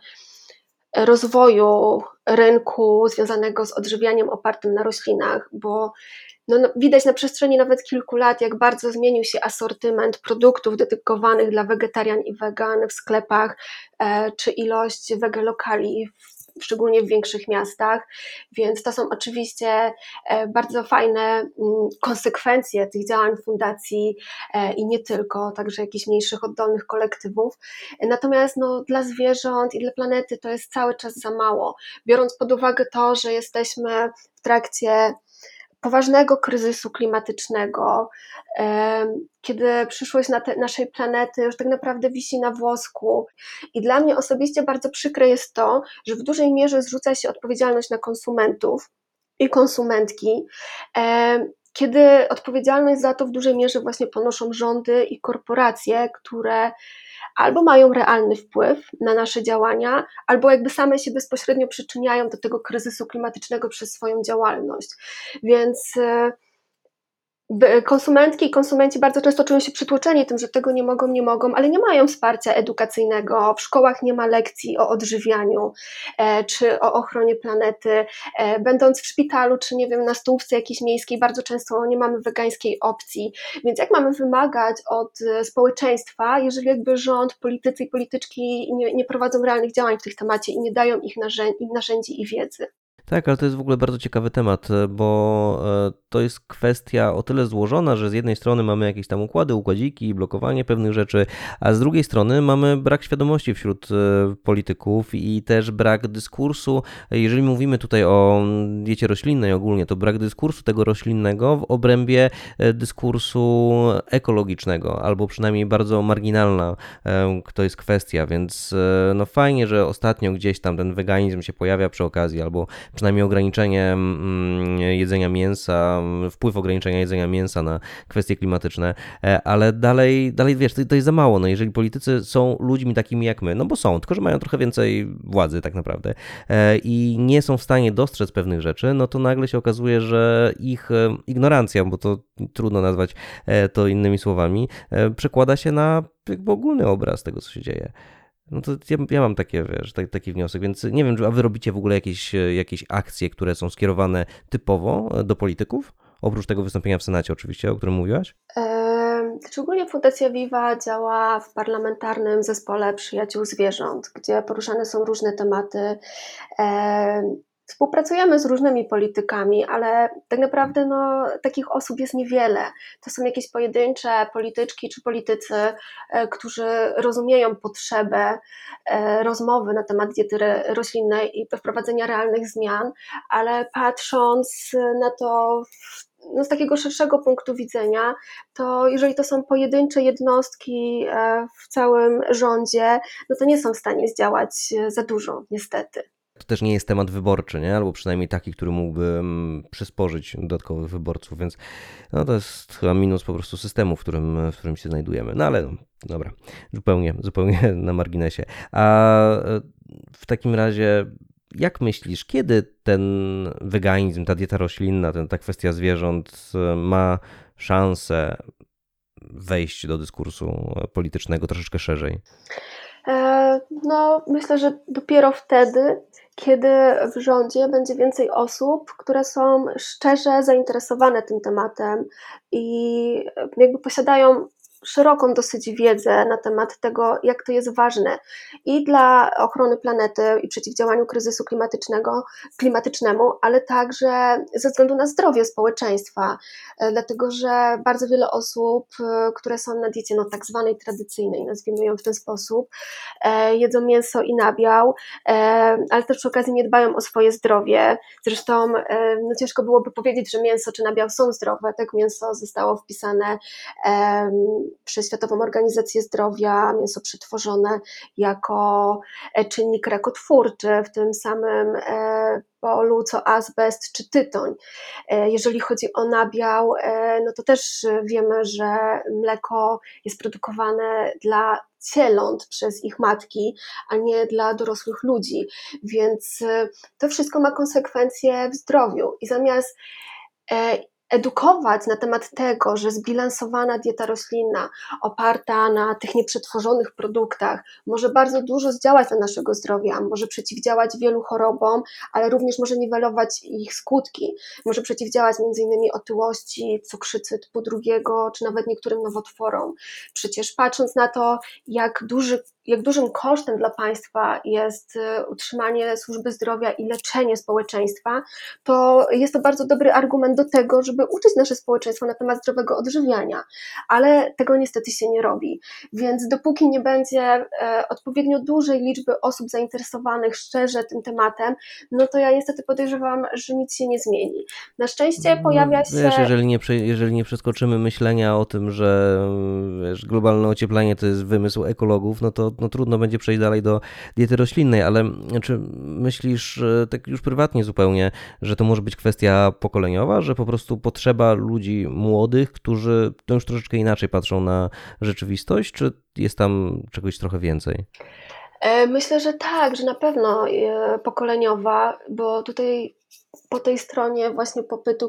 rozwoju rynku związanego z odżywianiem opartym na roślinach, bo widać na przestrzeni nawet kilku lat, jak bardzo zmienił się asortyment produktów dedykowanych dla wegetarian i wegan w sklepach, czy ilość wegelokali szczególnie w większych miastach, więc to są oczywiście bardzo fajne konsekwencje tych działań fundacji i nie tylko, także jakichś mniejszych, oddolnych kolektywów. Natomiast dla zwierząt i dla planety to jest cały czas za mało, biorąc pod uwagę to, że jesteśmy w trakcie poważnego kryzysu klimatycznego, kiedy przyszłość naszej planety już tak naprawdę wisi na włosku. I dla mnie osobiście bardzo przykre jest to, że w dużej mierze zrzuca się odpowiedzialność na konsumentów i konsumentki, kiedy odpowiedzialność za to w dużej mierze właśnie ponoszą rządy i korporacje, które albo mają realny wpływ na nasze działania, albo jakby same się bezpośrednio przyczyniają do tego kryzysu klimatycznego przez swoją działalność. Więc konsumentki i konsumenci bardzo często czują się przytłoczeni tym, że tego nie mogą, ale nie mają wsparcia edukacyjnego, w szkołach nie ma lekcji o odżywianiu czy o ochronie planety. Będąc w szpitalu czy nie wiem, na stołówce jakiejś miejskiej, bardzo często nie mamy wegańskiej opcji, więc jak mamy wymagać od społeczeństwa, jeżeli jakby rząd, politycy i polityczki nie prowadzą realnych działań w tym temacie i nie dają ich narzędzi i wiedzy. Tak, ale to jest w ogóle bardzo ciekawy temat, bo to jest kwestia o tyle złożona, że z jednej strony mamy jakieś tam układziki, blokowanie pewnych rzeczy, a z drugiej strony mamy brak świadomości wśród polityków i też brak dyskursu. Jeżeli mówimy tutaj o diecie roślinnej ogólnie, to brak dyskursu tego roślinnego w obrębie dyskursu ekologicznego, albo przynajmniej bardzo marginalna to jest kwestia, więc fajnie, że ostatnio gdzieś tam ten weganizm się pojawia przy okazji, albo przynajmniej ograniczenie jedzenia mięsa, wpływ ograniczenia jedzenia mięsa na kwestie klimatyczne, ale dalej wiesz, to jest za mało. Jeżeli politycy są ludźmi takimi jak my, bo są, tylko że mają trochę więcej władzy tak naprawdę i nie są w stanie dostrzec pewnych rzeczy, to nagle się okazuje, że ich ignorancja, bo to trudno nazwać to innymi słowami, przekłada się na jakby ogólny obraz tego, co się dzieje. To ja mam taki wniosek, więc nie wiem, a wy robicie w ogóle jakieś akcje, które są skierowane typowo do polityków? Oprócz tego wystąpienia w Senacie oczywiście, o którym mówiłaś? Szczególnie Fundacja Viva działa w parlamentarnym zespole Przyjaciół Zwierząt, gdzie poruszane są różne tematy. Współpracujemy z różnymi politykami, ale tak naprawdę takich osób jest niewiele. To są jakieś pojedyncze polityczki czy politycy, którzy rozumieją potrzebę rozmowy na temat diety roślinnej i wprowadzenia realnych zmian, ale patrząc na to no z takiego szerszego punktu widzenia, to jeżeli to są pojedyncze jednostki w całym rządzie, no to nie są w stanie zdziałać za dużo, niestety. To też nie jest temat wyborczy, nie? Albo przynajmniej taki, który mógłby przysporzyć dodatkowych wyborców, więc no to jest chyba minus po prostu systemu, w którym się znajdujemy. No ale no, dobra, zupełnie na marginesie. A w takim razie, jak myślisz, kiedy ten weganizm, ta dieta roślinna, ta kwestia zwierząt ma szansę wejść do dyskursu politycznego troszeczkę szerzej? No, myślę, że dopiero wtedy, kiedy w rządzie będzie więcej osób, które są szczerze zainteresowane tym tematem i jakby posiadają szeroką dosyć wiedzę na temat tego, jak to jest ważne i dla ochrony planety i przeciwdziałaniu kryzysu klimatycznemu, ale także ze względu na zdrowie społeczeństwa, dlatego że bardzo wiele osób, które są na diecie no, tak zwanej tradycyjnej, nazwijmy ją w ten sposób, jedzą mięso i nabiał, ale też przy okazji nie dbają o swoje zdrowie. Zresztą no ciężko byłoby powiedzieć, że mięso czy nabiał są zdrowe. Tak mięso zostało wpisane przez Światową Organizację Zdrowia, mięso przetworzone jako czynnik rakotwórczy w tym samym polu co azbest czy tytoń. Jeżeli chodzi o nabiał, no to też wiemy, że mleko jest produkowane dla cieląt przez ich matki, a nie dla dorosłych ludzi, więc to wszystko ma konsekwencje w zdrowiu i zamiast edukować na temat tego, że zbilansowana dieta roślinna oparta na tych nieprzetworzonych produktach może bardzo dużo zdziałać dla naszego zdrowia, może przeciwdziałać wielu chorobom, ale również może niwelować ich skutki, może przeciwdziałać m.in. otyłości, cukrzycy typu 2, czy nawet niektórym nowotworom. Przecież patrząc na to, jak dużym kosztem dla państwa jest utrzymanie służby zdrowia i leczenie społeczeństwa, to jest to bardzo dobry argument do tego, żeby uczyć nasze społeczeństwo na temat zdrowego odżywiania, ale tego niestety się nie robi. Więc dopóki nie będzie odpowiednio dużej liczby osób zainteresowanych szczerze tym tematem, no to ja niestety podejrzewam, że nic się nie zmieni. Na szczęście pojawia się... Wiesz, jeżeli nie przeskoczymy myślenia o tym, że wiesz, globalne ocieplenie to jest wymysł ekologów, no to no, trudno będzie przejść dalej do diety roślinnej, ale czy myślisz, tak już prywatnie zupełnie, że to może być kwestia pokoleniowa, że po prostu potrzeba ludzi młodych, którzy to już troszeczkę inaczej patrzą na rzeczywistość, czy jest tam czegoś trochę więcej? Myślę, że tak, że na pewno pokoleniowa, bo tutaj po tej stronie właśnie popytu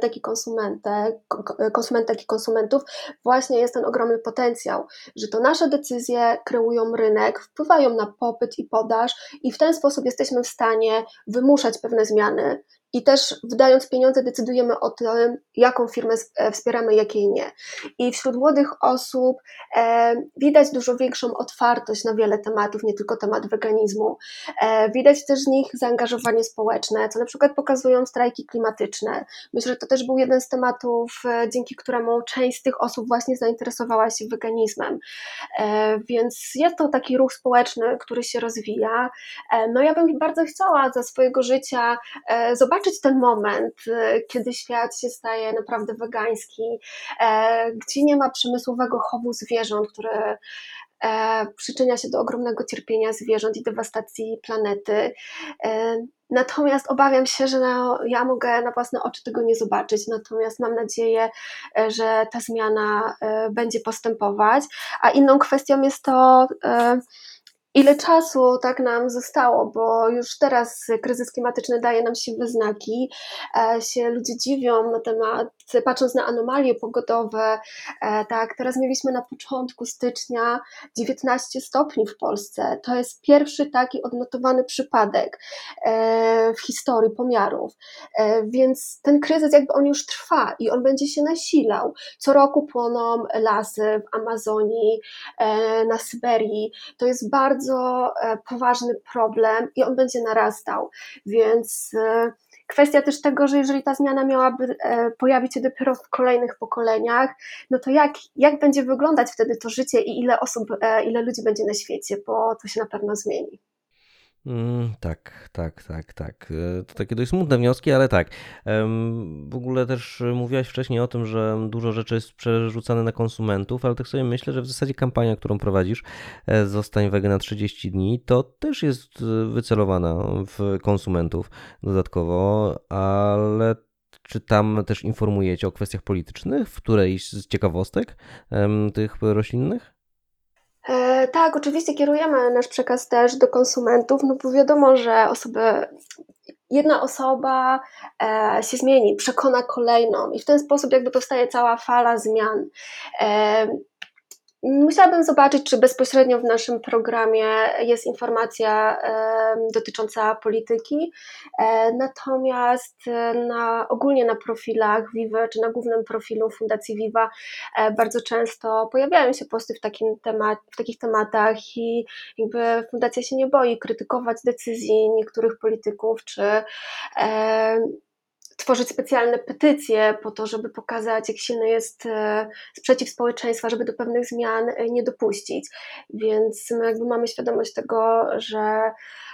konsumentek i konsumentów właśnie jest ten ogromny potencjał, że to nasze decyzje kreują rynek, wpływają na popyt i podaż i w ten sposób jesteśmy w stanie wymuszać pewne zmiany i też wydając pieniądze decydujemy o tym, jaką firmę wspieramy, jakiej nie. I wśród młodych osób widać dużo większą otwartość na wiele tematów, nie tylko temat weganizmu. Widać też w nich zaangażowanie społeczne, co na przykład pokazują strajki klimatyczne. Myślę, że to też był jeden z tematów, dzięki któremu część z tych osób właśnie zainteresowała się weganizmem. Więc jest to taki ruch społeczny, który się rozwija. No ja bym bardzo chciała za swojego życia zobaczyć ten moment, kiedy świat się staje naprawdę wegański, gdzie nie ma przemysłowego chowu zwierząt, który przyczynia się do ogromnego cierpienia zwierząt i dewastacji planety. Natomiast obawiam się, że ja mogę na własne oczy tego nie zobaczyć, natomiast mam nadzieję, że ta zmiana będzie postępować, a inną kwestią jest to, ile czasu tak nam zostało, bo już teraz kryzys klimatyczny daje nam siwe znaki, się ludzie dziwią na temat, patrząc na anomalie pogodowe, tak, teraz mieliśmy na początku stycznia 19 stopni w Polsce, to jest pierwszy taki odnotowany przypadek w historii pomiarów, więc ten kryzys jakby on już trwa i on będzie się nasilał, co roku płoną lasy w Amazonii, na Syberii, to jest bardzo poważny problem i on będzie narastał, więc kwestia też tego, że jeżeli ta zmiana miałaby pojawić się dopiero w kolejnych pokoleniach, no to jak będzie wyglądać wtedy to życie i ile osób, ile ludzi będzie na świecie, bo to się na pewno zmieni. Tak. To takie dość smutne wnioski, ale tak. W ogóle też mówiłaś wcześniej o tym, że dużo rzeczy jest przerzucane na konsumentów, ale tak sobie myślę, że w zasadzie kampania, którą prowadzisz, Zostań wege na 30 dni, to też jest wycelowana w konsumentów dodatkowo, ale czy tam też informujecie o kwestiach politycznych w którejś z ciekawostek tych roślinnych? Tak, oczywiście kierujemy nasz przekaz też do konsumentów, no bo wiadomo, że jedna osoba się zmieni, przekona kolejną i w ten sposób jakby powstaje cała fala zmian. E, Musiałabym zobaczyć, czy bezpośrednio w naszym programie jest informacja dotycząca polityki, natomiast ogólnie na profilach Vive czy na głównym profilu Fundacji Viva bardzo często pojawiają się posty w takich tematach i jakby fundacja się nie boi krytykować decyzji niektórych polityków, czy e, tworzyć specjalne petycje po to, żeby pokazać, jak silny jest sprzeciw społeczeństwa, żeby do pewnych zmian nie dopuścić. Więc my jakby mamy świadomość tego, że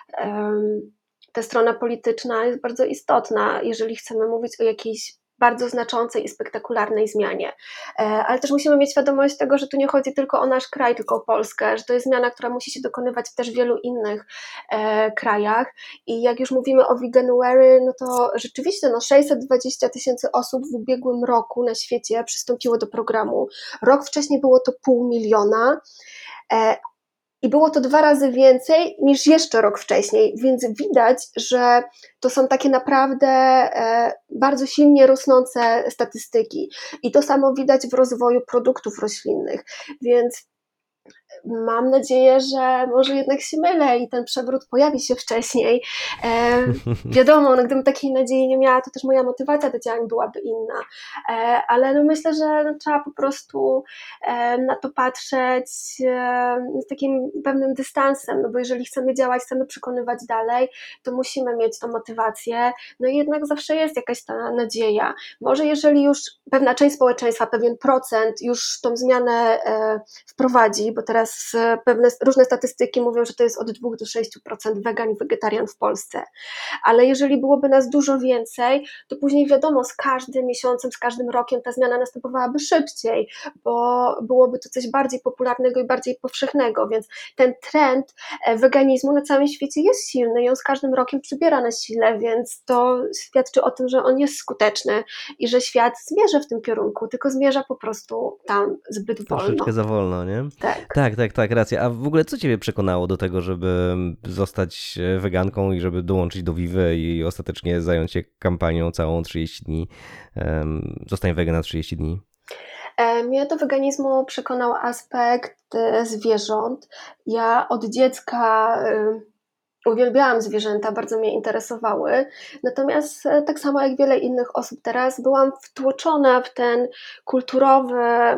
ta strona polityczna jest bardzo istotna, jeżeli chcemy mówić o jakiejś bardzo znaczącej i spektakularnej zmianie. Ale też musimy mieć świadomość tego, że tu nie chodzi tylko o nasz kraj, tylko o Polskę, że to jest zmiana, która musi się dokonywać też w wielu innych krajach. I jak już mówimy o Veganuary, no to rzeczywiście 620 000 osób w ubiegłym roku na świecie przystąpiło do programu. Rok wcześniej było to 500 000. I było to 2 razy więcej niż jeszcze rok wcześniej, więc widać, że to są takie naprawdę bardzo silnie rosnące statystyki. I to samo widać w rozwoju produktów roślinnych. Więc mam nadzieję, że może jednak się mylę i ten przewrót pojawi się wcześniej. Wiadomo, no, gdybym takiej nadziei nie miała, to też moja motywacja do działań byłaby inna. Ale no myślę, że no, trzeba po prostu na to patrzeć z takim pewnym dystansem, no bo jeżeli chcemy działać, chcemy przekonywać dalej, to musimy mieć tą motywację. No i jednak zawsze jest jakaś ta nadzieja. Może jeżeli już pewna część społeczeństwa, pewien procent już tą zmianę wprowadzi, bo teraz pewne różne statystyki mówią, że to jest od 2 do 6% wegan i wegetarian w Polsce. Ale jeżeli byłoby nas dużo więcej, to później wiadomo, z każdym miesiącem, z każdym rokiem ta zmiana następowałaby szybciej, bo byłoby to coś bardziej popularnego i bardziej powszechnego, więc ten trend weganizmu na całym świecie jest silny i on z każdym rokiem przybiera na sile, więc to świadczy o tym, że on jest skuteczny i że świat zmierza w tym kierunku, tylko zmierza po prostu tam zbyt wolno. Troszeczkę za wolno, nie? Tak. Tak, racja. A w ogóle co ciebie przekonało do tego, żeby zostać weganką i żeby dołączyć do Vivy i ostatecznie zająć się kampanią całą 30 dni? Zostań wegan na 30 dni. Mnie do weganizmu przekonał aspekt zwierząt. Ja od dziecka uwielbiałam zwierzęta, bardzo mnie interesowały. Natomiast tak samo jak wiele innych osób teraz, byłam wtłoczona w ten kulturowy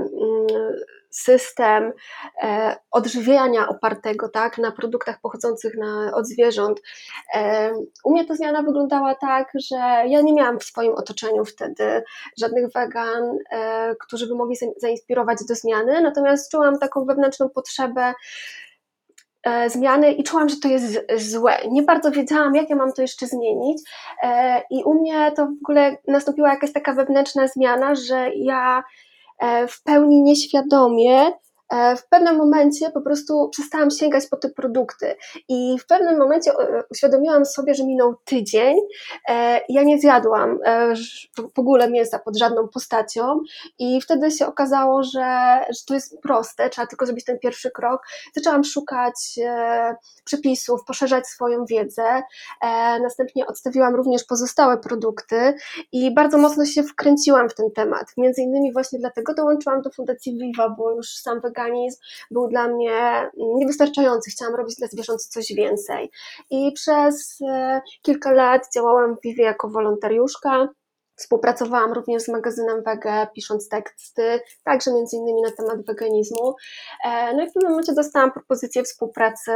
system odżywiania opartego tak, na produktach pochodzących od zwierząt. U mnie ta zmiana wyglądała tak, że ja nie miałam w swoim otoczeniu wtedy żadnych wegan, którzy by mogli zainspirować do zmiany, natomiast czułam taką wewnętrzną potrzebę zmiany i czułam, że to jest złe. Nie bardzo wiedziałam, jak ja mam to jeszcze zmienić i u mnie to w ogóle nastąpiła jakaś taka wewnętrzna zmiana, że ja w pełni nieświadomie w pewnym momencie po prostu przestałam sięgać po te produkty i w pewnym momencie uświadomiłam sobie, że minął tydzień, ja nie zjadłam w ogóle mięsa pod żadną postacią i wtedy się okazało, że to jest proste, trzeba tylko zrobić ten pierwszy krok. Zaczęłam szukać przepisów, poszerzać swoją wiedzę, następnie odstawiłam również pozostałe produkty i bardzo mocno się wkręciłam w ten temat. Między innymi właśnie dlatego dołączyłam do Fundacji Viva, bo już sam weganizm był dla mnie niewystarczający. Chciałam robić dla zwierząt coś więcej. I przez kilka lat działałam w Vivie jako wolontariuszka. Współpracowałam również z magazynem Wege, pisząc teksty, także między innymi na temat weganizmu. No i w pewnym momencie dostałam propozycję współpracy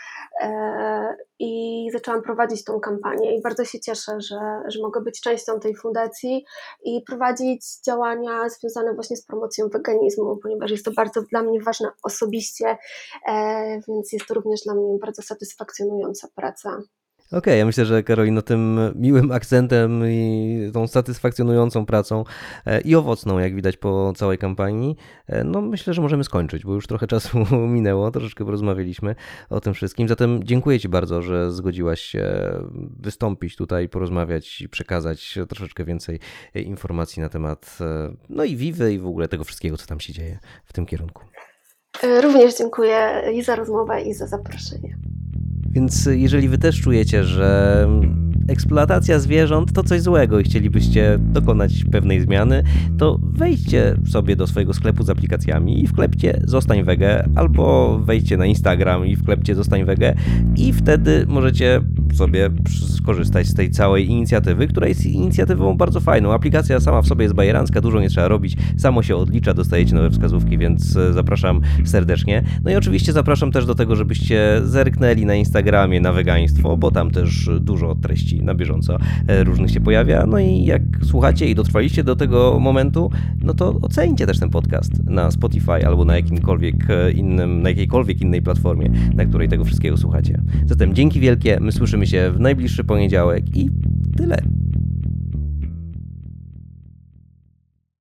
i zaczęłam prowadzić tą kampanię i bardzo się cieszę, że mogę być częścią tej fundacji i prowadzić działania związane właśnie z promocją weganizmu, ponieważ jest to bardzo dla mnie ważne osobiście, więc jest to również dla mnie bardzo satysfakcjonująca praca. Okej, ja myślę, że Karolino, tym miłym akcentem i tą satysfakcjonującą pracą i owocną, jak widać po całej kampanii, no myślę, że możemy skończyć, bo już trochę czasu minęło, troszeczkę porozmawialiśmy o tym wszystkim. Zatem dziękuję Ci bardzo, że zgodziłaś się wystąpić tutaj, porozmawiać i przekazać troszeczkę więcej informacji na temat no i Vivy i w ogóle tego wszystkiego, co tam się dzieje w tym kierunku. Również dziękuję i za rozmowę, i za zaproszenie. Więc jeżeli wy też czujecie, że eksploatacja zwierząt to coś złego i chcielibyście dokonać pewnej zmiany, to wejdźcie sobie do swojego sklepu z aplikacjami i wklepcie Zostań Wege, albo wejdźcie na Instagram i wklepcie Zostań Wege i wtedy możecie sobie skorzystać z tej całej inicjatywy, która jest inicjatywą bardzo fajną. Aplikacja sama w sobie jest bajerancka, dużo nie trzeba robić, samo się odlicza, dostajecie nowe wskazówki, więc zapraszam serdecznie. No i oczywiście zapraszam też do tego, żebyście zerknęli na Instagramie na wegaństwo, bo tam też dużo treści na bieżąco różnych się pojawia. No i jak słuchacie i dotrwaliście do tego momentu, no to oceńcie też ten podcast na Spotify albo na jakiejkolwiek innej platformie, na której tego wszystkiego słuchacie. Zatem dzięki wielkie, my słyszymy się w najbliższy poniedziałek i tyle.